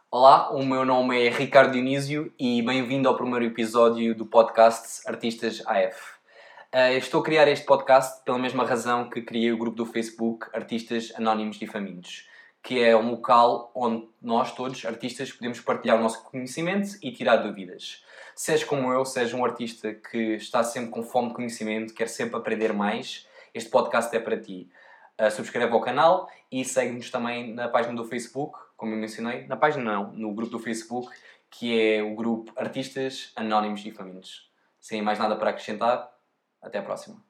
Olá, o meu nome é Ricardo Dionísio e bem-vindo ao primeiro episódio do podcast Artistas AF. Estou a criar este podcast pela mesma razão que criei o grupo do Facebook Artistas Anónimos e Famintos, que é um local onde nós todos, artistas, podemos partilhar o nosso conhecimento e tirar dúvidas. Seja como eu, seja um artista que está sempre com fome de conhecimento, quer sempre aprender mais, este podcast é para ti. Subscreve ao canal e segue-nos também na página do Facebook, como eu mencionei. Na página não, no grupo do Facebook, que é o grupo Artistas Anónimos e Famintos. Sem mais nada para acrescentar, até a próxima.